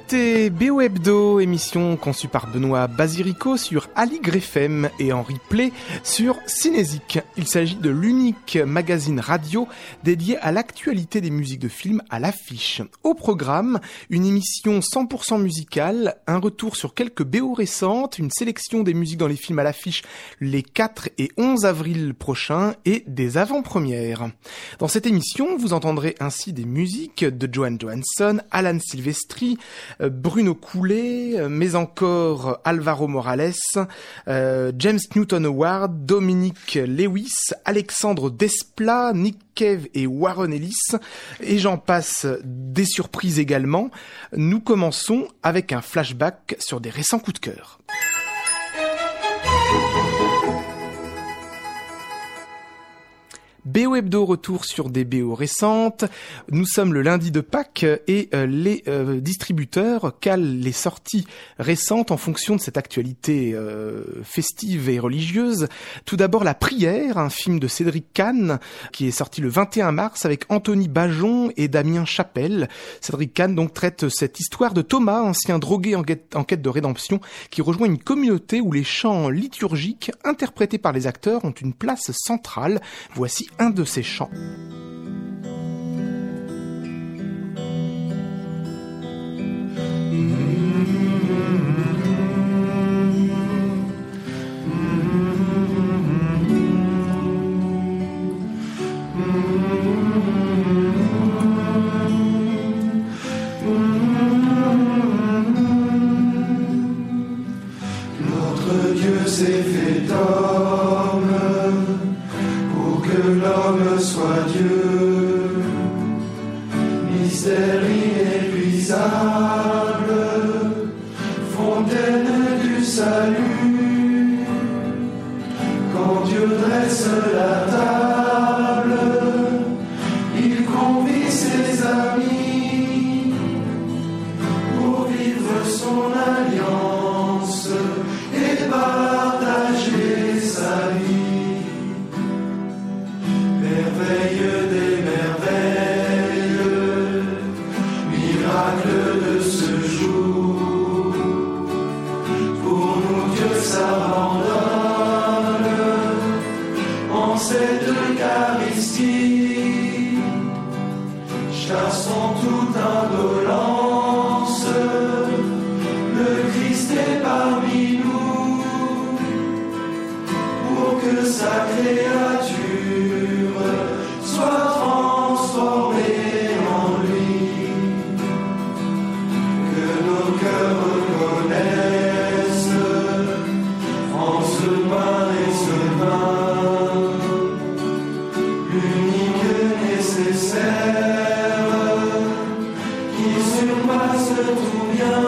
C'était BO Hebdo, émission conçue par Benoît Basirico sur Aligre FM et en replay sur Cinésique. Il s'agit de l'unique magazine radio dédié à l'actualité des musiques de films à l'affiche. Au programme, une émission 100% musicale, un retour sur quelques BO récentes, une sélection des musiques dans les films à l'affiche les 4 et 11 avril prochains et des avant-premières. Dans cette émission, vous entendrez ainsi des musiques de Johan Johansson, Alan Silvestri, Bruno Coulet, mais encore Alvaro Morales, James Newton Howard, Dominique Lewis, Alexandre Desplat, Nick Cave et Warren Ellis, et j'en passe des surprises également. Nous commençons avec un flashback sur des récents coups de cœur. BO Hebdo, retour sur des BO récentes. Nous sommes le lundi de Pâques et les distributeurs calent les sorties récentes en fonction de cette actualité festive et religieuse. Tout d'abord La Prière, un film de Cédric Kahn qui est sorti le 21 mars avec Anthony Bajon et Damien Chapelle. Cédric Kahn donc traite cette histoire de Thomas, ancien drogué en quête de rédemption, qui rejoint une communauté où les chants liturgiques interprétés par les acteurs ont une place centrale. Voici un de ces chants. Notre Dieu s'est fait homme pour que l'homme soit Dieu, mystère inépuisable, fontaine du salut. Quand Dieu dresse la table, il convie ses amis pour vivre son alliance et partager sa vie. Merveille des merveilles, miracle de ce jour, pour nous Dieu s'abandonne en cette Eucharistie, chassons toute indolence, le Christ est parmi nous, pour que sa créature soit transformée en lui, que nos cœurs reconnaissent en ce pain et ce vin, l'unique nécessaire qui surpasse tout bien,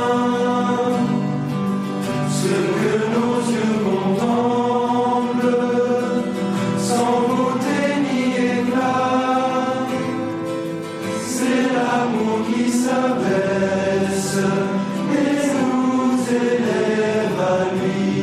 ce que nos yeux contemplent sans beauté ni éclat, c'est l'amour qui s'abaisse et nous élève à lui.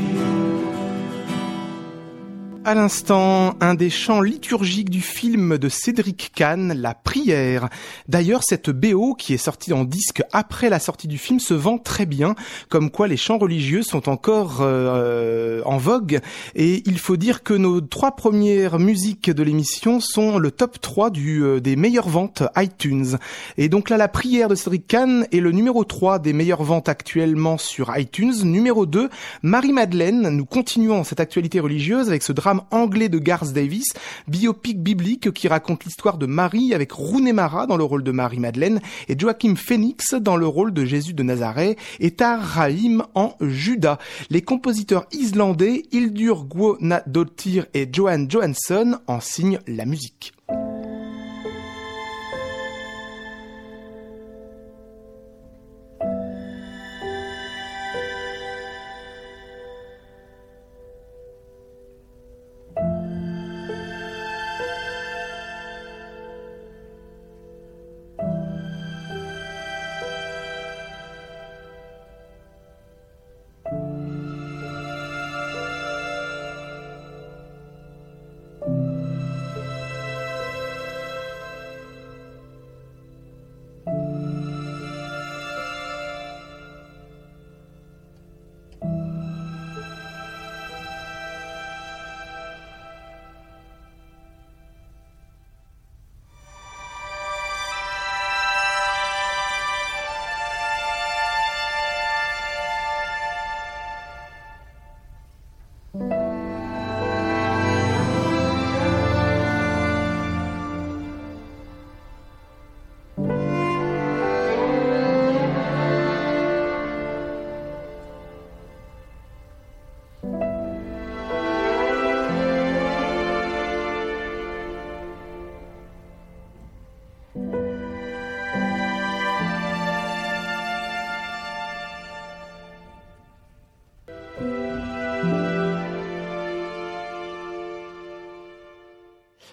À l'instant, un des chants liturgiques du film de Cédric Kahn, La Prière. D'ailleurs, cette BO, qui est sortie en disque après la sortie du film, se vend très bien, comme quoi les chants religieux sont encore en vogue. Et il faut dire que nos 3 premières musiques de l'émission sont le top 3 des meilleures ventes iTunes. Et donc là, La Prière de Cédric Kahn est le numéro 3 des meilleures ventes actuellement sur iTunes. Numéro 2, Marie-Madeleine. Nous continuons cette actualité religieuse avec ce drame anglais de Garth Davis, biopic biblique qui raconte l'histoire de Marie avec Rooney Mara dans le rôle de Marie-Madeleine et Joaquin Phoenix dans le rôle de Jésus de Nazareth et Tahar Rahim en Judas. Les compositeurs islandais Hildur Guðnadóttir et Johan Johansson en signent la musique.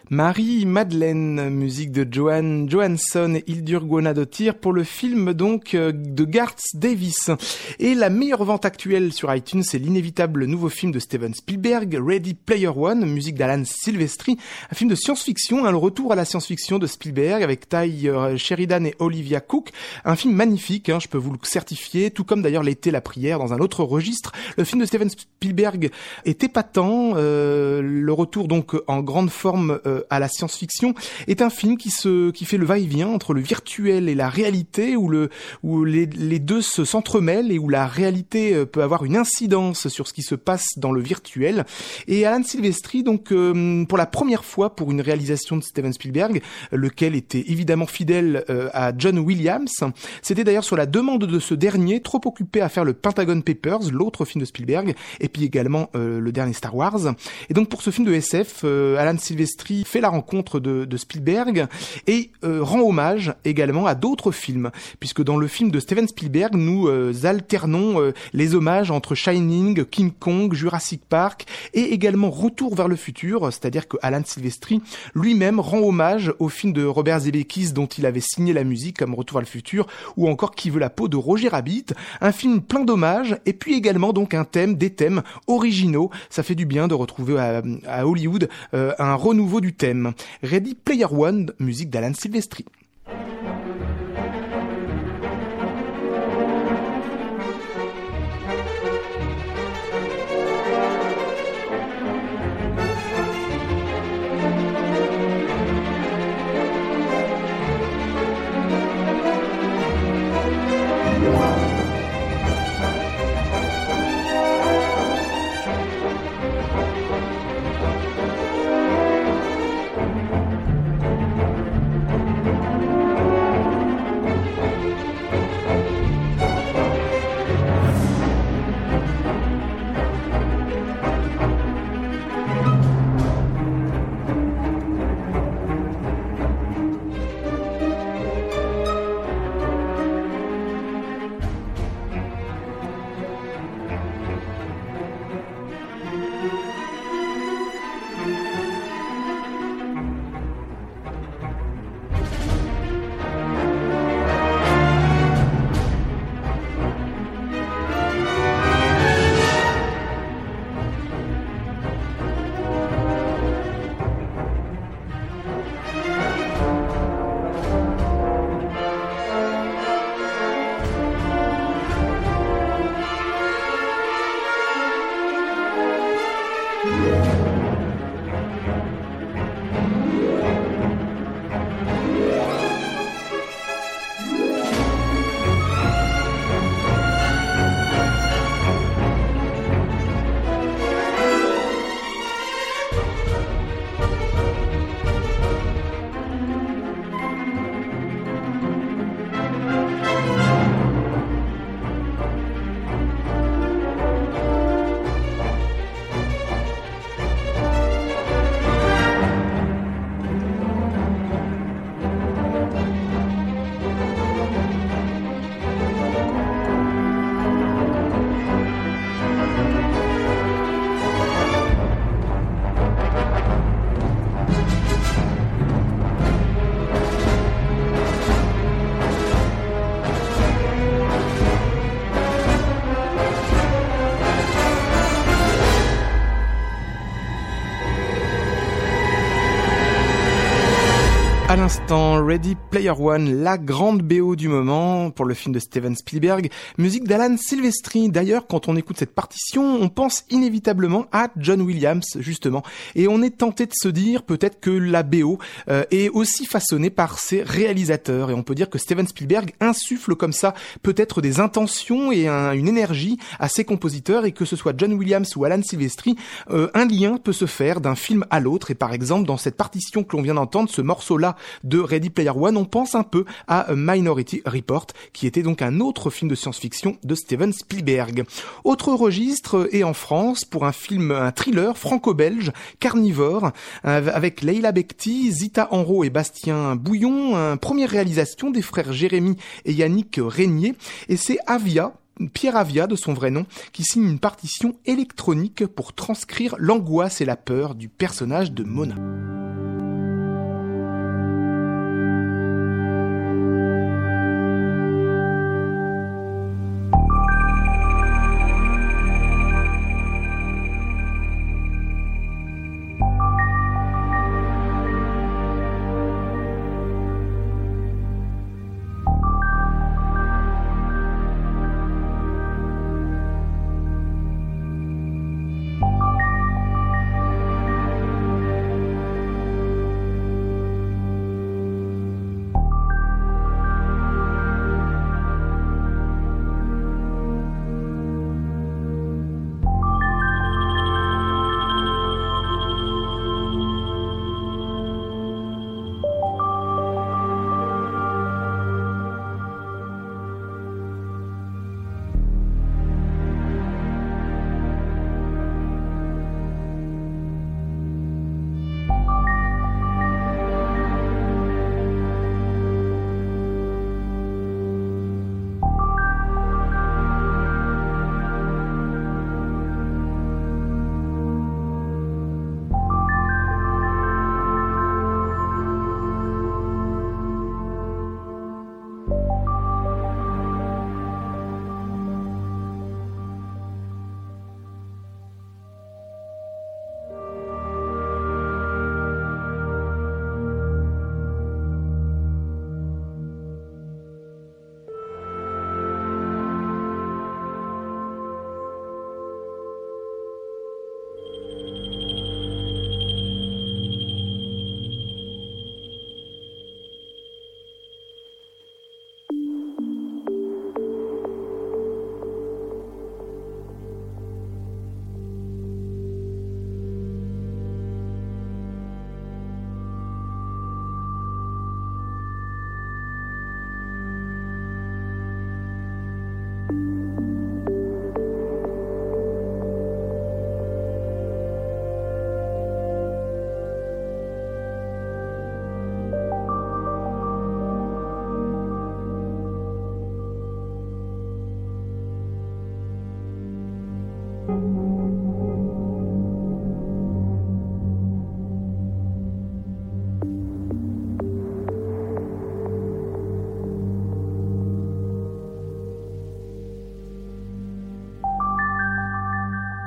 Marie-Madeleine, musique de Johan Johansson et Hildur Guðnadóttir pour le film donc de Garth Davis. Et la meilleure vente actuelle sur iTunes, c'est l'inévitable nouveau film de Steven Spielberg, Ready Player One, musique d'Alan Silvestri, un film de science-fiction, le retour à la science-fiction de Spielberg avec Ty Sheridan et Olivia Cooke, un film magnifique, je peux vous le certifier, tout comme d'ailleurs l'était La Prière dans un autre registre. Le film de Steven Spielberg est épatant, le retour donc en grande forme à la science-fiction est un film qui fait le va-et-vient entre le virtuel et la réalité, où les deux s'entremêlent et où la réalité peut avoir une incidence sur ce qui se passe dans le virtuel. Et Alan Silvestri, donc pour la première fois pour une réalisation de Steven Spielberg, lequel était évidemment fidèle à John Williams, c'était d'ailleurs sur la demande de ce dernier, trop occupé à faire le Pentagon Papers, l'autre film de Spielberg, et puis également le dernier Star Wars. Et donc pour ce film de SF, Alan Silvestri fait la rencontre de Spielberg et rend hommage également à d'autres films, puisque dans le film de Steven Spielberg, nous alternons les hommages entre Shining, King Kong, Jurassic Park et également Retour vers le futur, c'est-à-dire que Alan Silvestri lui-même rend hommage au film de Robert Zemeckis dont il avait signé la musique comme Retour vers le futur, ou encore Qui veut la peau de Roger Rabbit, un film plein d'hommages et puis également donc des thèmes originaux. Ça fait du bien de retrouver à Hollywood un renouveau du thème. Ready Player One, musique d'Alan Silvestri. À l'instant, Ready Player One, la grande BO du moment pour le film de Steven Spielberg, musique d'Alan Silvestri. D'ailleurs, quand on écoute cette partition, on pense inévitablement à John Williams, justement. Et on est tenté de se dire peut-être que la BO est aussi façonnée par ses réalisateurs. Et on peut dire que Steven Spielberg insuffle comme ça peut-être des intentions et une énergie à ses compositeurs, et que ce soit John Williams ou Alan Silvestri, un lien peut se faire d'un film à l'autre. Et par exemple, dans cette partition que l'on vient d'entendre, ce morceau-là de Ready Player One, on pense un peu à Minority Report, qui était donc un autre film de science-fiction de Steven Spielberg. Autre registre, et en France, pour un thriller franco-belge, Carnivore, avec Leila Bekti, Zita Enro et Bastien Bouillon, première réalisation des frères Jérémy et Yannick Régnier, et c'est Pierre Avia de son vrai nom, qui signe une partition électronique pour transcrire l'angoisse et la peur du personnage de Mona.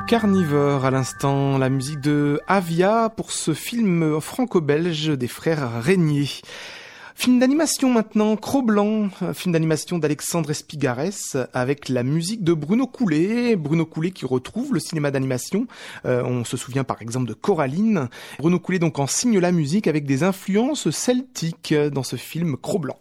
Carnivore à l'instant, la musique de Avia pour ce film franco-belge des frères Régnier. Film d'animation maintenant, Cro-Blanc, film d'animation d'Alexandre Espigares avec la musique de Bruno Coulet. Bruno Coulet qui retrouve le cinéma d'animation. On se souvient par exemple de Coraline. Bruno Coulet donc en signe la musique avec des influences celtiques dans ce film Cro-Blanc.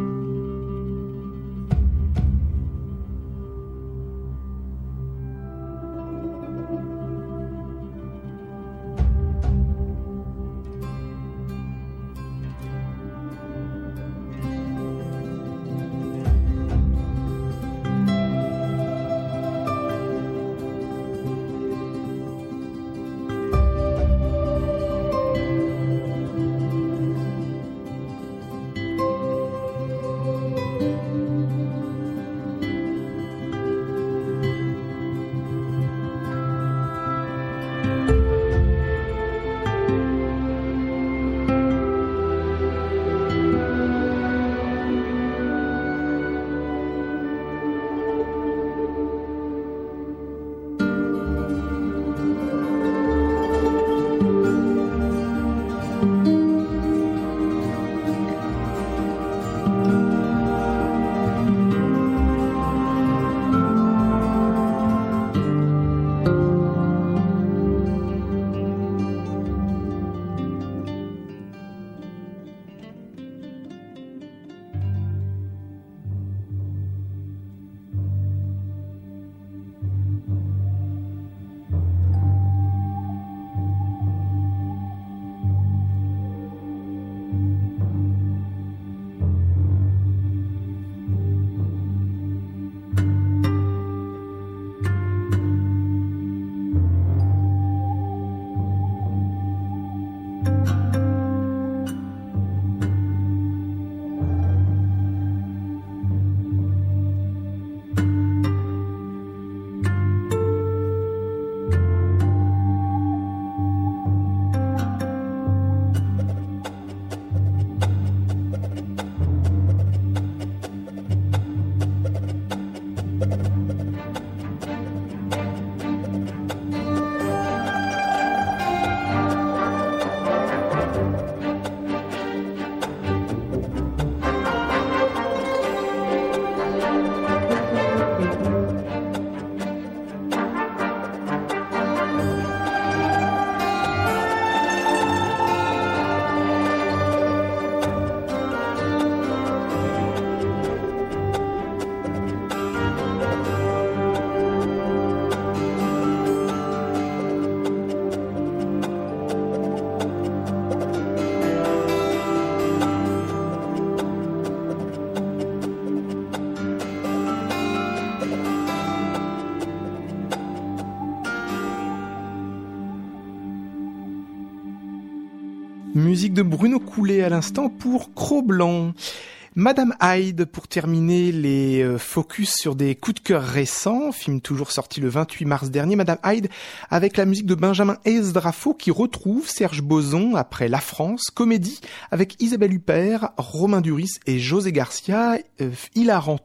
Musique de Bruno Coulet à l'instant pour Cro-Blanc. Madame Hyde, pour terminer les focus sur des coups de cœur récents, film toujours sorti le 28 mars dernier, Madame Hyde avec la musique de Benjamin Esdrafo qui retrouve Serge Boson après La France, comédie avec Isabelle Huppert, Romain Duris et José Garcia, hilarant,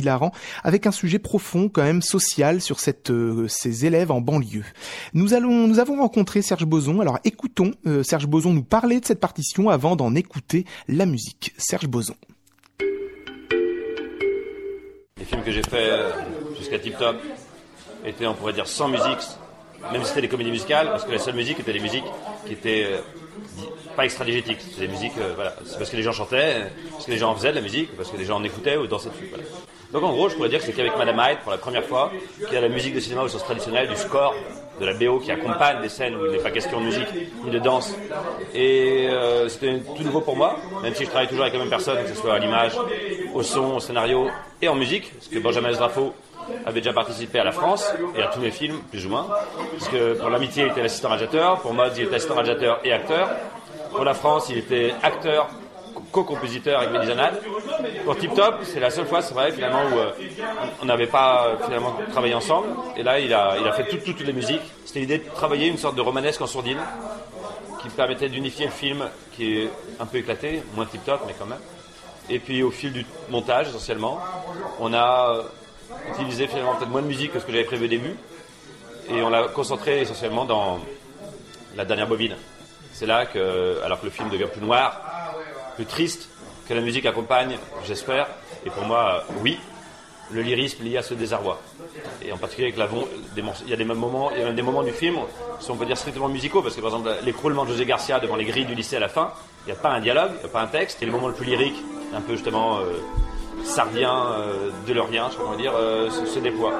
avec un sujet profond quand même social sur ces élèves en banlieue. Nous avons rencontré Serge Boson, alors écoutons Serge Boson nous parler de cette partition avant d'en écouter la musique. Serge Boson. Les films que j'ai faits jusqu'à Tip Top étaient, on pourrait dire, sans musique, même si c'était des comédies musicales, parce que la seule musique était des musiques qui étaient pas extra-digétiques. C'était des musiques, voilà, c'est parce que les gens chantaient, parce que les gens faisaient de la musique, parce que les gens en écoutaient ou dansaient dessus. Voilà. Donc en gros, je pourrais dire que c'est qu'avec Madame Hyde, pour la première fois, qu'il y a la musique de cinéma au sens traditionnel, du score, de la BO qui accompagne des scènes où il n'est pas question de musique ni de danse. Et c'était tout nouveau pour moi, même si je travaille toujours avec la même personne, que ce soit à l'image, au son, au scénario et en musique, parce que Benjamin Esdrafo avait déjà participé à La France et à tous mes films, plus ou moins, parce que pour L'Amitié, il était l'assistant réalisateur, pour Mods, il était assistant réalisateur et acteur, pour La France, il était acteur, co-compositeur avec Mehdi Zanat. Pour Tip Top, c'est la seule fois, c'est vrai, finalement, où on n'avait pas finalement travaillé ensemble. Et là, il a fait toutes les musiques. C'était l'idée de travailler une sorte de romanesque en sourdine qui permettait d'unifier le film qui est un peu éclaté, moins Tip Top, mais quand même. Et puis au fil du montage, essentiellement, on a utilisé finalement peut-être moins de musique que ce que j'avais prévu au début. Et on l'a concentré essentiellement dans la dernière bobine. C'est là que, alors que le film devient plus noir, plus triste, que la musique accompagne, j'espère. Et pour moi, oui, le lyrisme lié à ce désarroi. Et en particulier avec il y a même des moments du film, si on peut dire strictement musicaux, parce que par exemple l'écroulement de José Garcia devant les grilles du lycée à la fin, il n'y a pas un dialogue, il n'y a pas un texte, et le moment le plus lyrique, un peu justement sardien, delorien, je crois qu'on va dire, se déploie.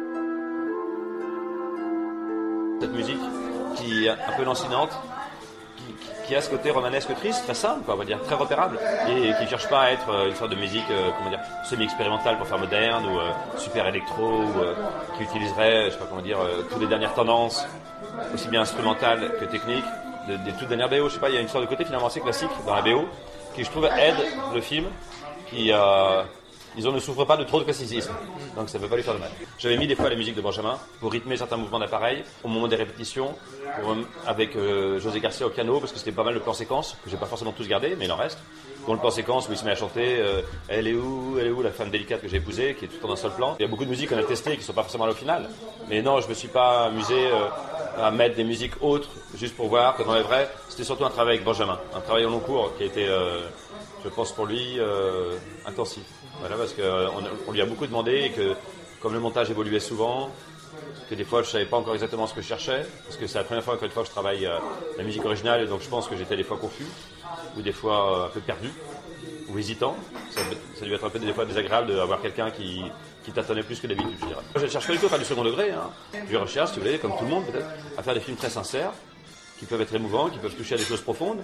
Cette musique qui est un peu lancinante, qui a ce côté romanesque triste, très simple, quoi, on va dire, très repérable, et qui ne cherche pas à être une sorte de musique semi-expérimentale pour faire moderne, ou super électro, ou qui utiliserait, je sais pas comment dire, toutes les dernières tendances, aussi bien instrumentales que techniques, des toutes dernières BO. Je sais pas, il y a une sorte de côté finalement assez classique dans la BO, qui je trouve aide le film, qui disons, ne souffre pas de trop de classicisme, donc ça ne peut pas lui faire de mal. J'avais mis des fois la musique de Benjamin pour rythmer certains mouvements d'appareil au moment des répétitions, avec José Garcia au piano, parce que c'était pas mal de plans séquences, que j'ai pas forcément tous gardés, mais il en reste. Dont le plan séquence où il se met à chanter elle est où la femme délicate que j'ai épousée, qui est tout en un seul plan. Il y a beaucoup de musiques qu'on a testées qui ne sont pas forcément là au final, mais non, je me suis pas amusé à mettre des musiques autres juste pour voir que dans les vrais, c'était surtout un travail avec Benjamin, un travail au long cours qui a été, je pense pour lui, intensif. Voilà, parce qu'on lui a beaucoup demandé et que, comme le montage évoluait souvent, que des fois je ne savais pas encore exactement ce que je cherchais, parce que c'est la première fois que je travaille la musique originale, et donc je pense que j'étais des fois confus, ou des fois un peu perdu, ou hésitant. Ça a dû être un peu des fois désagréable d'avoir quelqu'un qui tâtonnait plus que d'habitude, je dirais. Je ne cherche pas du tout à faire du second degré, hein. Je recherche, si vous voulez, comme tout le monde peut-être, à faire des films très sincères, qui peuvent être émouvants, qui peuvent toucher à des choses profondes.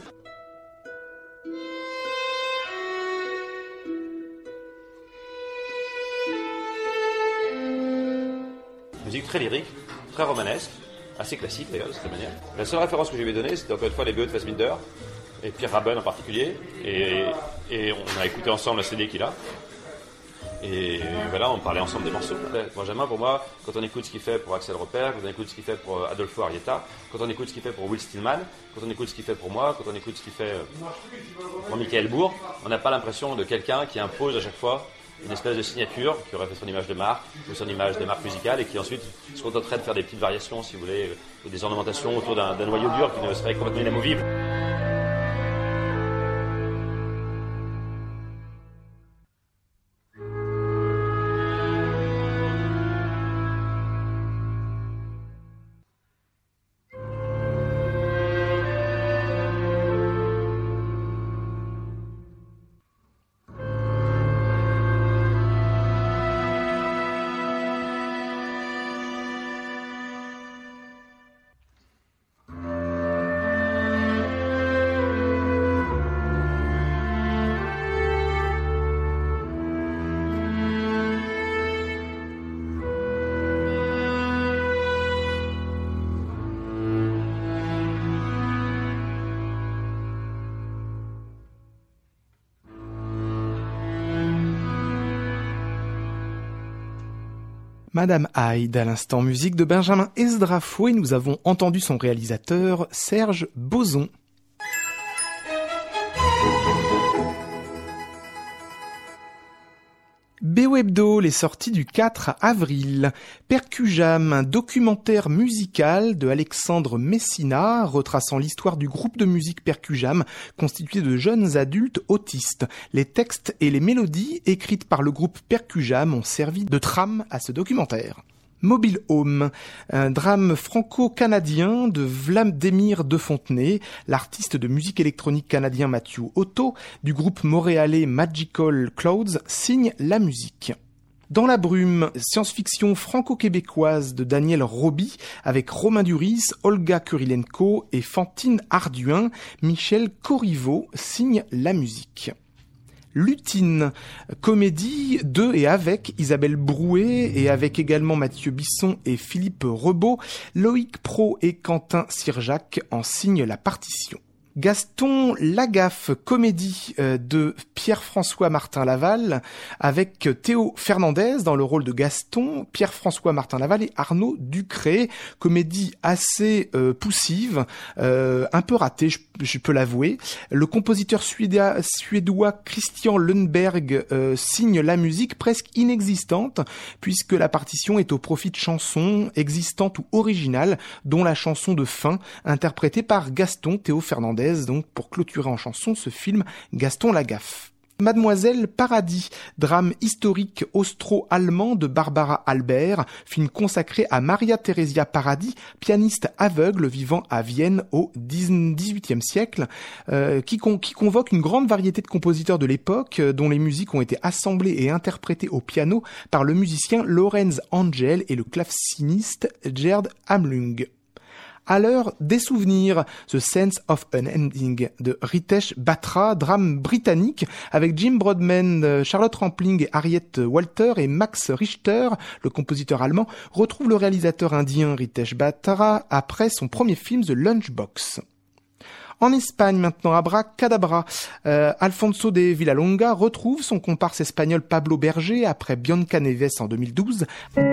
Musique très lyrique, très romanesque, assez classique d'ailleurs de cette manière. La seule référence que je lui ai donnée, c'était encore une fois les BO de Fassbinder, et Pierre Rabin en particulier, et on a écouté ensemble la CD qu'il a, et voilà, on parlait ensemble des morceaux. Benjamin, pour moi, quand on écoute ce qu'il fait pour Axel Repère, quand on écoute ce qu'il fait pour Adolfo Arrieta, quand on écoute ce qu'il fait pour Will Stillman, quand on écoute ce qu'il fait pour moi, quand on écoute ce qu'il fait pour Michael Bourg, on n'a pas l'impression de quelqu'un qui impose à chaque fois une espèce de signature qui aurait fait son image de marque ou son image de marque musicale, et qui ensuite se contenterait de faire des petites variations, si vous voulez, ou des ornementations autour d'un noyau dur qui ne serait complètement inamovible. Madame Hyde, à l'instant, musique de Benjamin Esdrafo, et nous avons entendu son réalisateur, Serge Bozon. BO Hebdo, les sorties du 4 avril. Percujam, un documentaire musical de Alexandre Messina, retraçant l'histoire du groupe de musique Percujam, constitué de jeunes adultes autistes. Les textes et les mélodies écrites par le groupe Percujam ont servi de trame à ce documentaire. Mobile Home, un drame franco-canadien de Vladimir De Fontenay, l'artiste de musique électronique canadien Matthew Otto, du groupe montréalais Magical Clouds, signe la musique. Dans la brume, science-fiction franco-québécoise de Daniel Roby, avec Romain Duris, Olga Kurilenko et Fantine Arduin, Michel Corriveau signe la musique. Lutine, comédie de et avec Isabelle Brouet et avec également Mathieu Bisson et Philippe Rebaud, Loïc Pro et Quentin Sirjac en signent la partition. Gaston Lagaffe, comédie de Pierre-François Martin Laval, avec Théo Fernandez dans le rôle de Gaston, Pierre-François Martin Laval et Arnaud Ducré. Comédie assez poussive, un peu ratée, je peux l'avouer. Le compositeur suédois Christian Lundberg signe la musique presque inexistante, puisque la partition est au profit de chansons existantes ou originales, dont la chanson de fin, interprétée par Gaston Théo Fernandez, donc pour clôturer en chanson ce film Gaston Lagaffe. Mademoiselle Paradis, drame historique austro-allemand de Barbara Albert, film consacré à Maria Theresia Paradis, pianiste aveugle vivant à Vienne au XVIIIe siècle, qui convoque une grande variété de compositeurs de l'époque, dont les musiques ont été assemblées et interprétées au piano par le musicien Lorenz Angel et le claveciniste Gerd Hamlung. À l'heure des souvenirs, The Sense of an Ending de Ritesh Batra, drame britannique avec Jim Broadbent, Charlotte Rampling et Harriet Walter, et Max Richter, le compositeur allemand, retrouve le réalisateur indien Ritesh Batra après son premier film The Lunchbox. En Espagne maintenant, Abracadabra, Alfonso de Villalonga retrouve son comparse espagnol Pablo Berger après Bianca Neves en 2012.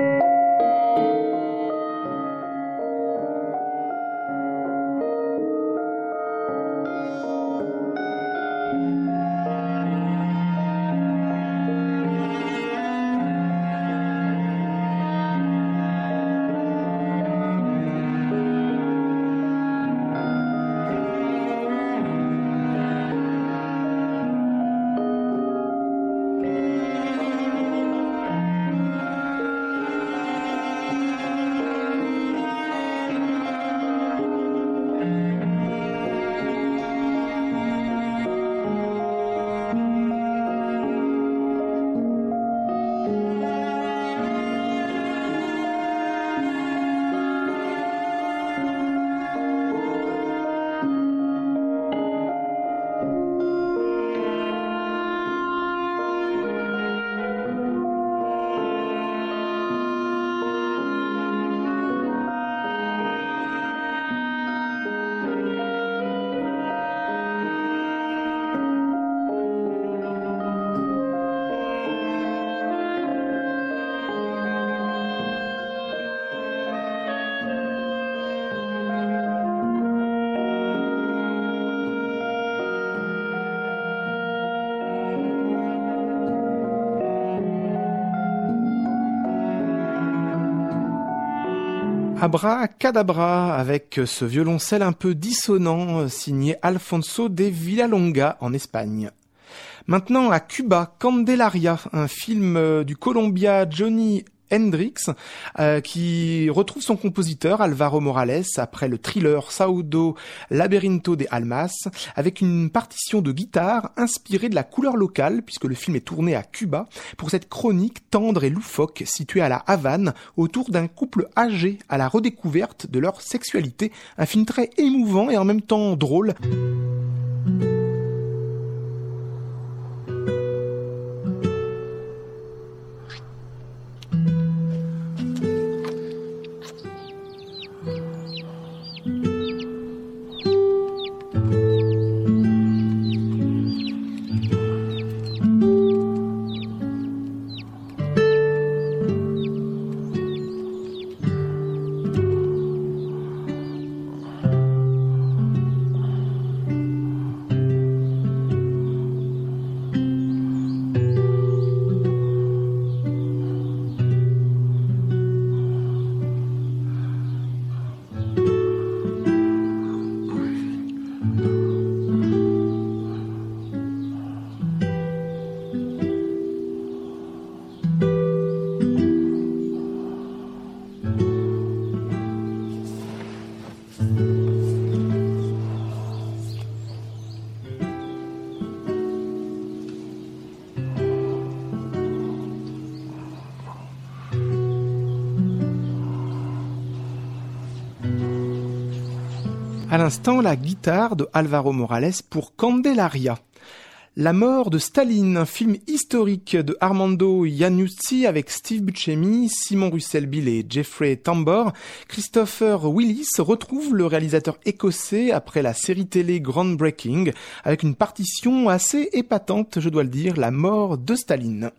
Abracadabra, avec ce violoncelle un peu dissonant signé Alfonso de Villalonga en Espagne. Maintenant à Cuba, Candelaria, un film du Colombia Johnny Hendrix, qui retrouve son compositeur Alvaro Morales après le thriller Saudo Laberinto de Almas, avec une partition de guitare inspirée de la couleur locale, puisque le film est tourné à Cuba, pour cette chronique tendre et loufoque située à la Havane, autour d'un couple âgé à la redécouverte de leur sexualité. Un film très émouvant et en même temps drôle. À l'instant, la guitare de Alvaro Morales pour Candelaria. La mort de Staline, un film historique de Armando Iannucci avec Steve Buscemi, Simon Russell-Bill et Jeffrey Tambor. Christopher Willis retrouve le réalisateur écossais après la série télé Groundbreaking avec une partition assez épatante, je dois le dire, La mort de Staline.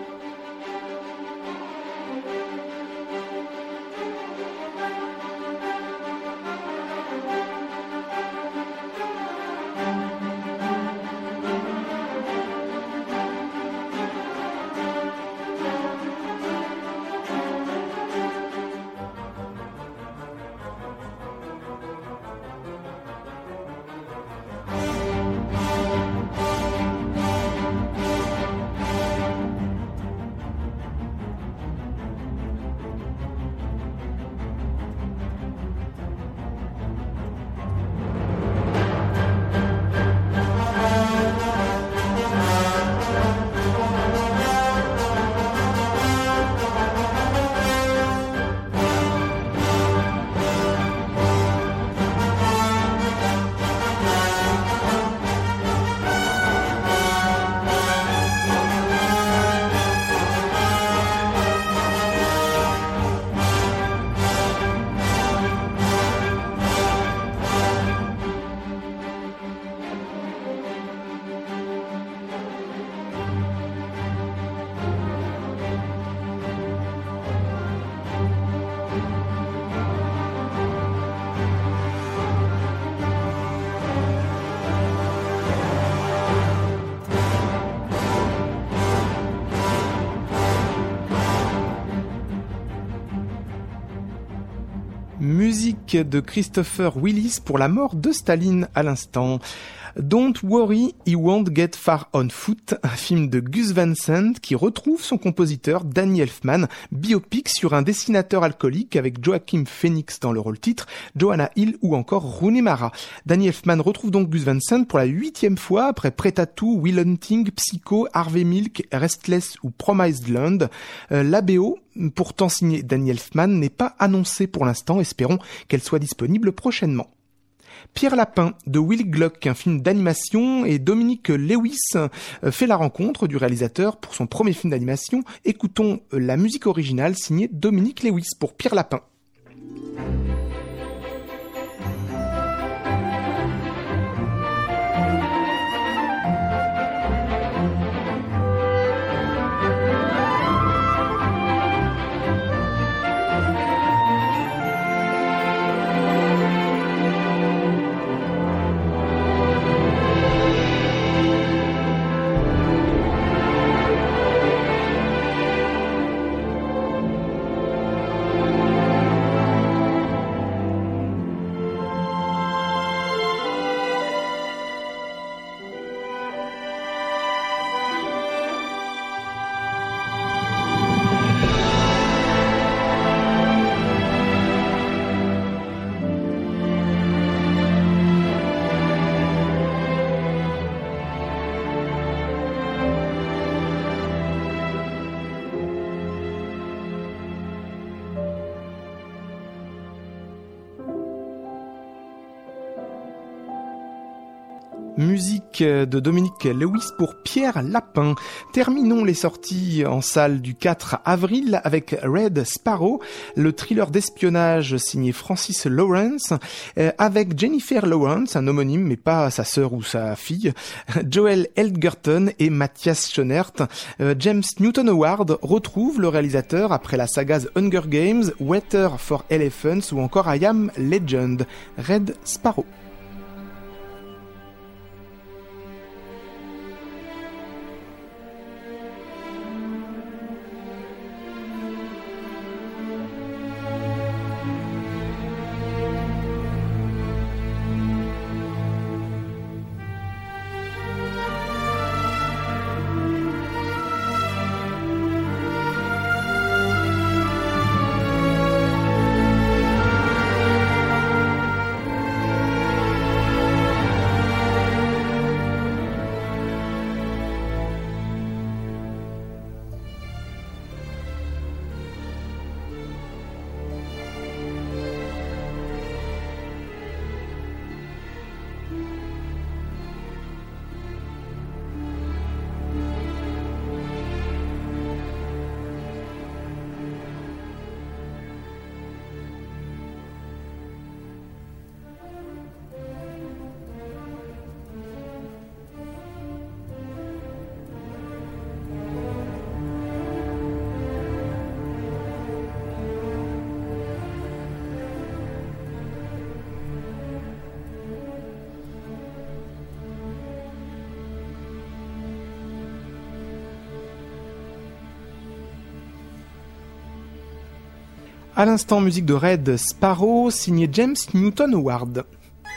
Musique de Christopher Willis pour La mort de Staline à l'instant. Don't Worry, He Won't Get Far on Foot, un film de Gus Van Sant qui retrouve son compositeur Danny Elfman, biopic sur un dessinateur alcoolique avec Joaquin Phoenix dans le rôle titre, Joanna Hill ou encore Rooney Mara. Danny Elfman retrouve donc Gus Van Sant pour la 8e fois après Prêt-à-tout, Will Hunting, Psycho, Harvey Milk, Restless ou Promised Land. La BO, pourtant signée Danny Elfman, n'est pas annoncée pour l'instant, espérons qu'elle soit disponible prochainement. Pierre Lapin de Will Gluck, un film d'animation, et Dominique Lewis fait la rencontre du réalisateur pour son premier film d'animation. Écoutons la musique originale signée Dominique Lewis pour Pierre Lapin. Musique de Dominique Lewis pour Pierre Lapin. Terminons les sorties en salle du 4 avril avec Red Sparrow, le thriller d'espionnage signé Francis Lawrence, avec Jennifer Lawrence, un homonyme mais pas sa sœur ou sa fille, Joel Edgerton et Matthias Schoenaert. James Newton Howard retrouve le réalisateur après la saga The Hunger Games, Water for Elephants ou encore I Am Legend. Red Sparrow. À l'instant, musique de Red Sparrow, signé James Newton Howard.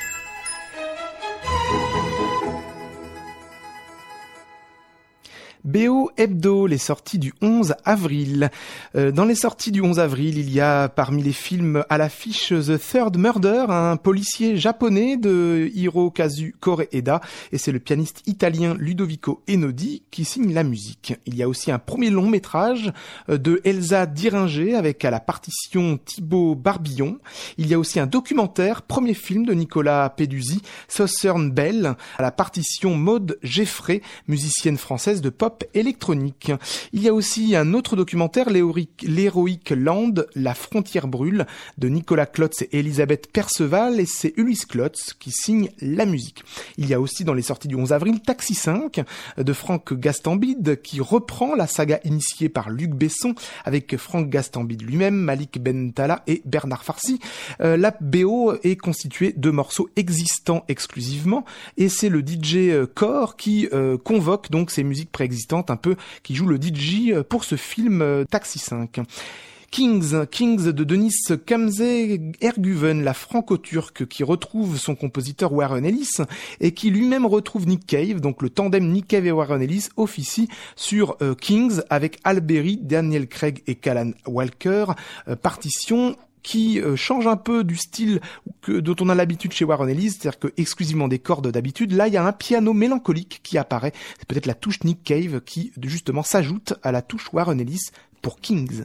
BO Hebdo, les sorties du 11 avril. Dans les sorties du 11 avril, il y a parmi les films à l'affiche The Third Murder, un policier japonais de Hirokazu Koreeda, et c'est le pianiste italien Ludovico Einaudi qui signe la musique. Il y a aussi un premier long métrage de Elsa Diringer avec à la partition Thibaut Barbillon. Il y a aussi un documentaire, premier film de Nicolas Peduzzi, Southern Belle, à la partition Maude Geffray, musicienne française de pop électronique. Il y a aussi un autre documentaire, l'Héroïque Land, La frontière brûle, de Nicolas Klotz et Elisabeth Perceval, et c'est Ulysse Klotz qui signe la musique. Il y a aussi dans les sorties du 11 avril Taxi 5 de Franck Gastambide qui reprend la saga initiée par Luc Besson avec Franck Gastambide lui-même, Malik Bentala et Bernard Farcy. La BO est constituée de morceaux existants exclusivement et c'est le DJ Core qui convoque donc ces musiques préexistantes un peu, qui joue le DJ pour ce film Taxi 5. Kings de Denis Kamze-Erguven, la franco-turque qui retrouve son compositeur Warren Ellis et qui lui-même retrouve Nick Cave, donc le tandem Nick Cave et Warren Ellis officie sur Kings avec Al Berry, Daniel Craig et Callan Walker, partition qui change un peu du style dont on a l'habitude chez Warren Ellis, c'est-à-dire que exclusivement des cordes d'habitude. Là, il y a un piano mélancolique qui apparaît. C'est peut-être la touche Nick Cave qui, justement, s'ajoute à la touche Warren Ellis pour Kings.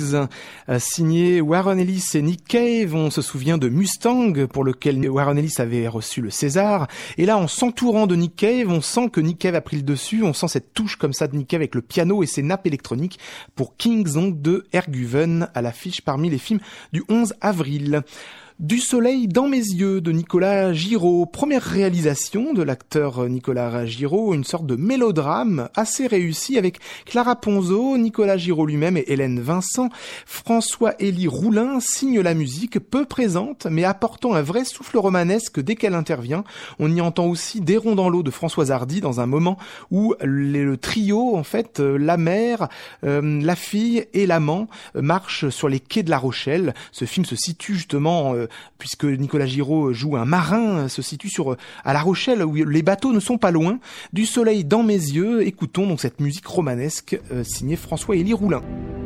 Kings, signé Warren Ellis et Nick Cave. On se souvient de Mustang, pour lequel Warren Ellis avait reçu le César. Et là, en s'entourant de Nick Cave, on sent que Nick Cave a pris le dessus. On sent cette touche comme ça de Nick Cave avec le piano et ses nappes électroniques pour Kings, donc de Erguven, à l'affiche parmi les films du 11 avril. Du soleil dans mes yeux de Nicolas Giraud, première réalisation de l'acteur Nicolas Giraud, une sorte de mélodrame assez réussi avec Clara Ponzo, Nicolas Giraud lui-même et Hélène Vincent. François-Élie Roulin signe la musique, peu présente mais apportant un vrai souffle romanesque dès qu'elle intervient. On y entend aussi Des ronds dans l'eau de Françoise Hardy dans un moment où le trio, en fait, la mère, la fille et l'amant marchent sur les quais de La Rochelle. Ce film se situe justement puisque Nicolas Giraud joue un marin, se situe à La Rochelle où les bateaux ne sont pas loin. Du soleil dans mes yeux, écoutons donc cette musique romanesque signée François-Élie Roulin.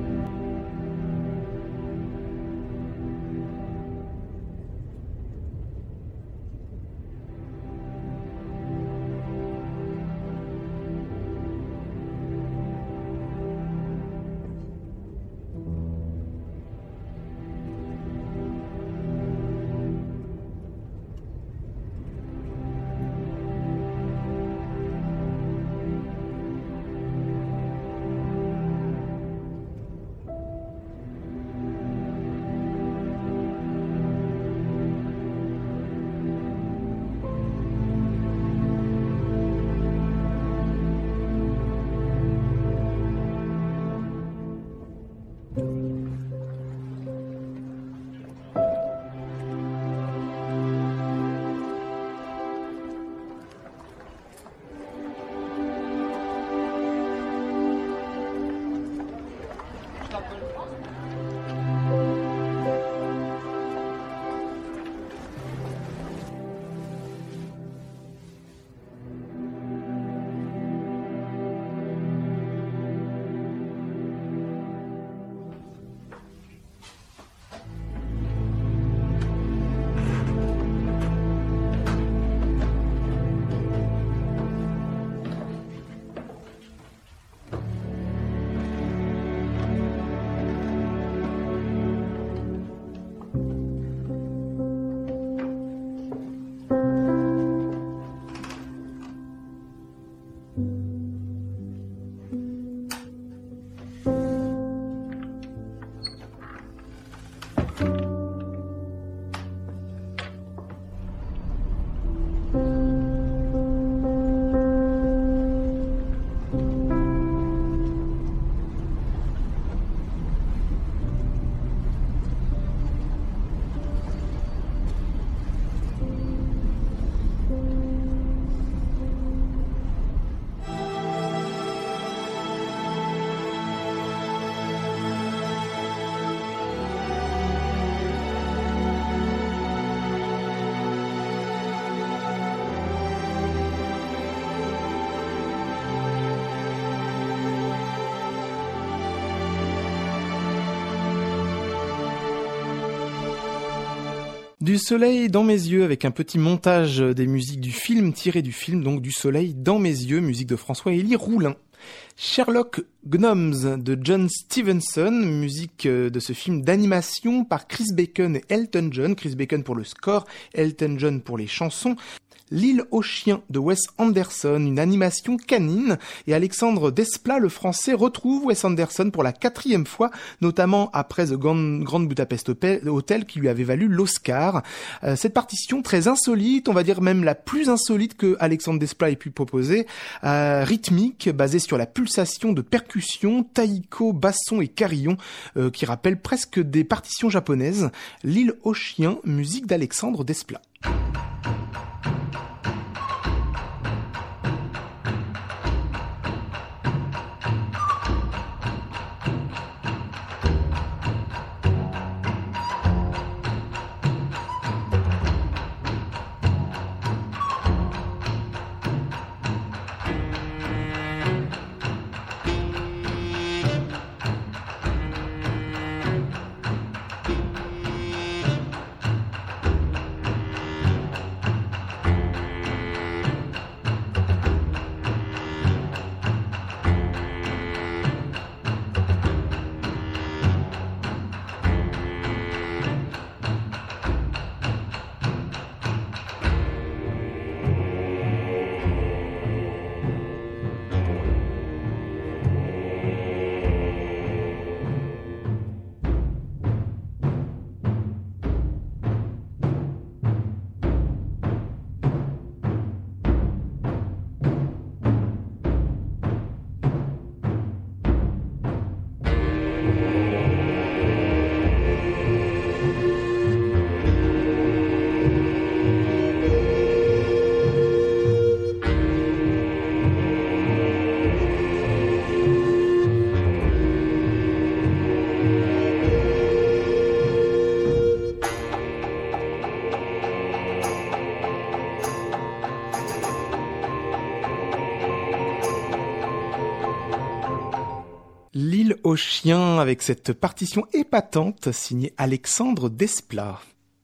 Du soleil dans mes yeux, avec un petit montage des musiques du film, tiré du film, donc Du soleil dans mes yeux, musique de François-Élie Roulin. Sherlock Gnomes de John Stevenson, musique de ce film d'animation par Chris Bacon et Elton John. Chris Bacon pour le score, Elton John pour les chansons. L'île aux chiens de Wes Anderson, une animation canine, et Alexandre Desplat, le français, retrouve Wes Anderson pour la 4e fois, notamment après The Grand Budapest Hotel qui lui avait valu l'Oscar. Cette partition très insolite, on va dire même la plus insolite que Alexandre Desplat ait pu proposer, rythmique, basée sur la pulsation de percussions, taiko, basson et carillon, qui rappelle presque des partitions japonaises. L'île aux chiens, musique d'Alexandre Desplat. aux chiens avec cette partition épatante signée Alexandre Desplat.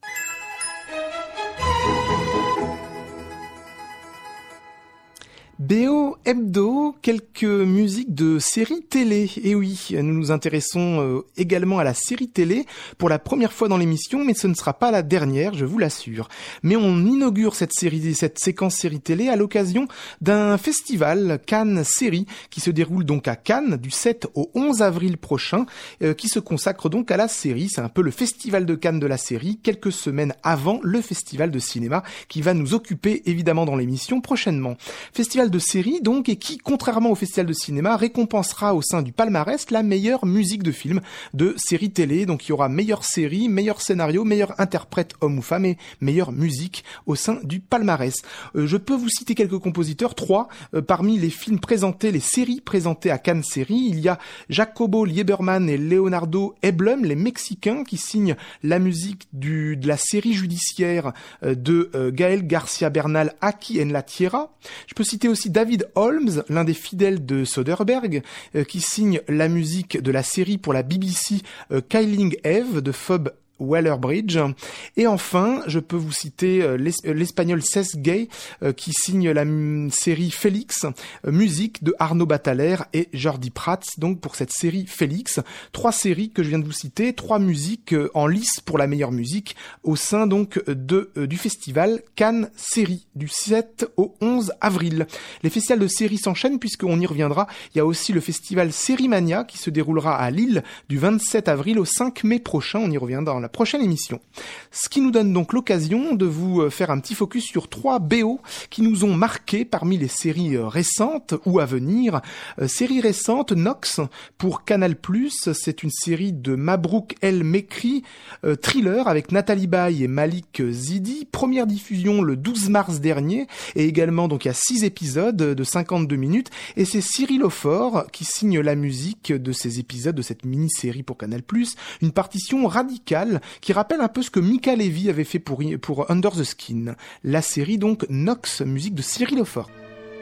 BO Hebdo, quelques musiques de séries télé. Et oui, nous nous intéressons également à la série télé pour la première fois dans l'émission, mais ce ne sera pas la dernière, je vous l'assure. Mais on inaugure cette séquence série télé à l'occasion d'un festival Cannes Série qui se déroule donc à Cannes du 7 au 11 avril prochain, qui se consacre donc à la série. C'est un peu le festival de Cannes de la série, quelques semaines avant le festival de cinéma qui va nous occuper évidemment dans l'émission prochainement. Festival de série donc, et qui, contrairement au festival de cinéma, récompensera au sein du palmarès la meilleure musique de film de série télé. Donc il y aura meilleure série, meilleur scénario, meilleur interprète homme ou femme et meilleure musique au sein du palmarès. Je peux vous citer quelques compositeurs, 3 parmi les films présentés, les séries présentées à Cannes Série. Il y a Jacobo Lieberman et Leonardo Eblum, les Mexicains, qui signent la musique de la série judiciaire de Gaël Garcia Bernal, Aquí en la Tierra. Je peux citer aussi David Holmes, l'un des fidèles de Soderbergh, qui signe la musique de la série pour la BBC Killing Eve de Phoebe Waller-Bridge. Et enfin, je peux vous citer l'espagnol Cesc Gay qui signe la série Félix, musique de Arnaud Bataler et Jordi Prats, donc pour cette série Félix. 3 séries que je viens de vous citer, 3 musiques en lice pour la meilleure musique au sein donc du festival Cannes Série du 7 au 11 avril. Les festivals de séries s'enchaînent puisqu'on y reviendra. Il y a aussi le festival Sérimania qui se déroulera à Lille du 27 avril au 5 mai prochain. On y revient dans la prochaine émission. Ce qui nous donne donc l'occasion de vous faire un petit focus sur 3 BO qui nous ont marqués parmi les séries récentes ou à venir. Série récente, Nox pour Canal+, c'est une série de Mabrouk El Mekri, thriller avec Nathalie Baye et Malik Zidi, première diffusion le 12 mars dernier, et également donc il y a 6 épisodes de 52 minutes, et c'est Cyril Aufort qui signe la musique de ces épisodes de cette mini-série pour Canal+, une partition radicale qui rappelle un peu ce que Mika Levy avait fait pour Under the Skin. La série donc Nox, musique de Cyril Aufort.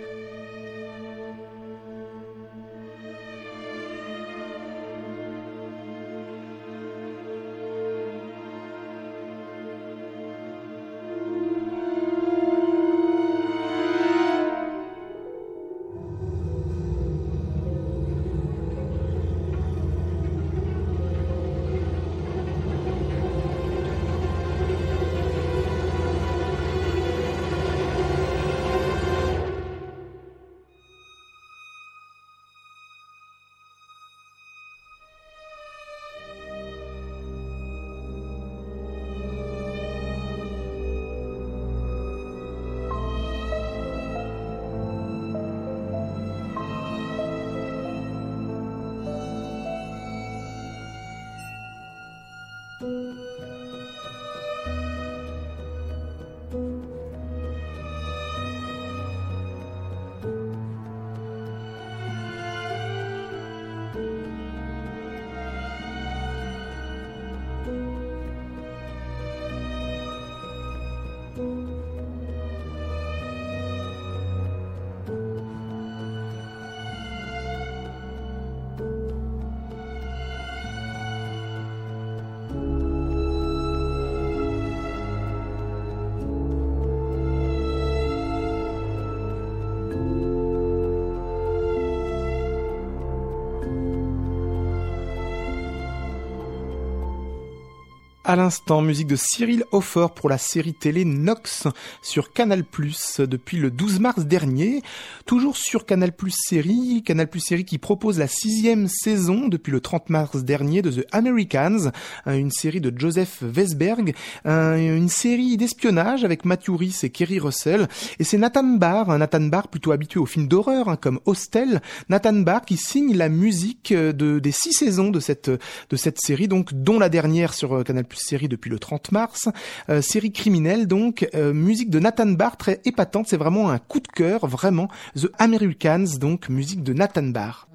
À l'instant, musique de Cyril Aufort pour la série télé Nox sur Canal+, depuis le 12 mars dernier. Toujours sur Canal+ série qui propose la 6e saison depuis le 30 mars dernier de The Americans, une série de Joseph Wesberg, une série d'espionnage avec Matthew Rhys et Kerry Russell. Et c'est Nathan Barr plutôt habitué aux films d'horreur comme Hostel, Nathan Barr qui signe la musique des 6 saisons de cette série, donc dont la dernière sur Canal+ série depuis le 30 mars, série criminelle donc, musique de Nathan Barr très épatante, c'est vraiment un coup de cœur, vraiment, The Americans, donc musique de Nathan Barr.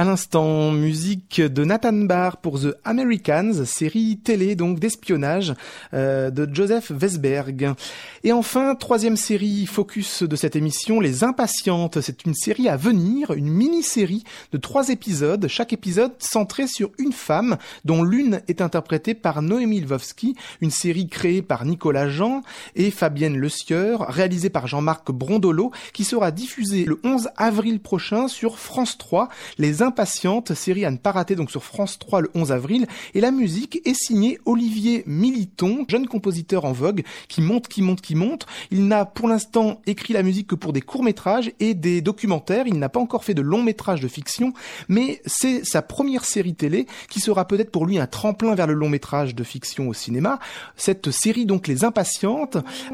l'instant, musique de Nathan Barr pour The Americans, série télé donc d'espionnage de Joseph Wesberg. Et enfin, troisième série focus de cette émission, Les Impatientes. C'est une série à venir, une mini-série de 3 épisodes, chaque épisode centré sur une femme dont l'une est interprétée par Noémie Lvovsky, une série créée par Nicolas Jean et Fabienne Le Sieur, réalisée par Jean-Marc Brondolo, qui sera diffusée le 11 avril prochain sur France 3. Les Impatientes, série à ne pas rater donc sur France 3 le 11 avril. Et la musique est signée Olivier Militon, jeune compositeur en vogue, qui monte. Il n'a pour l'instant écrit la musique que pour des courts-métrages et des documentaires. Il n'a pas encore fait de long-métrage de fiction, mais c'est sa première série télé qui sera peut-être pour lui un tremplin vers le long-métrage de fiction au cinéma. Cette série donc Les Impatientes.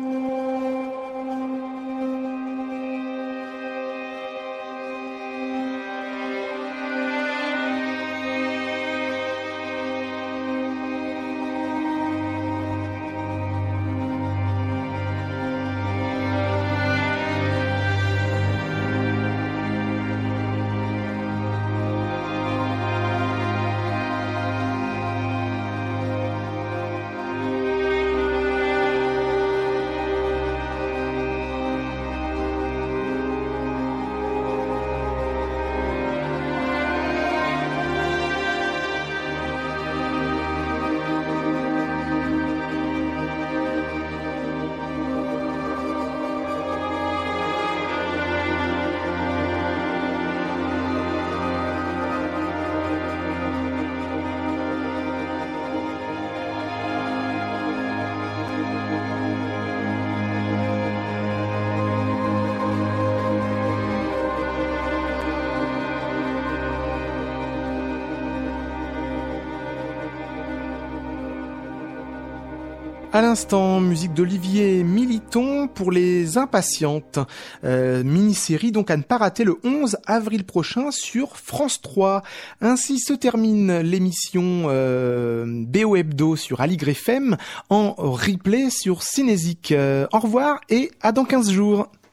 À l'instant, musique d'Olivier Militon pour Les Impatientes, mini-série donc à ne pas rater le 11 avril prochain sur France 3. Ainsi se termine l'émission BO Hebdo sur Aligre FM en replay sur Cinésique. Au revoir et à dans 15 jours.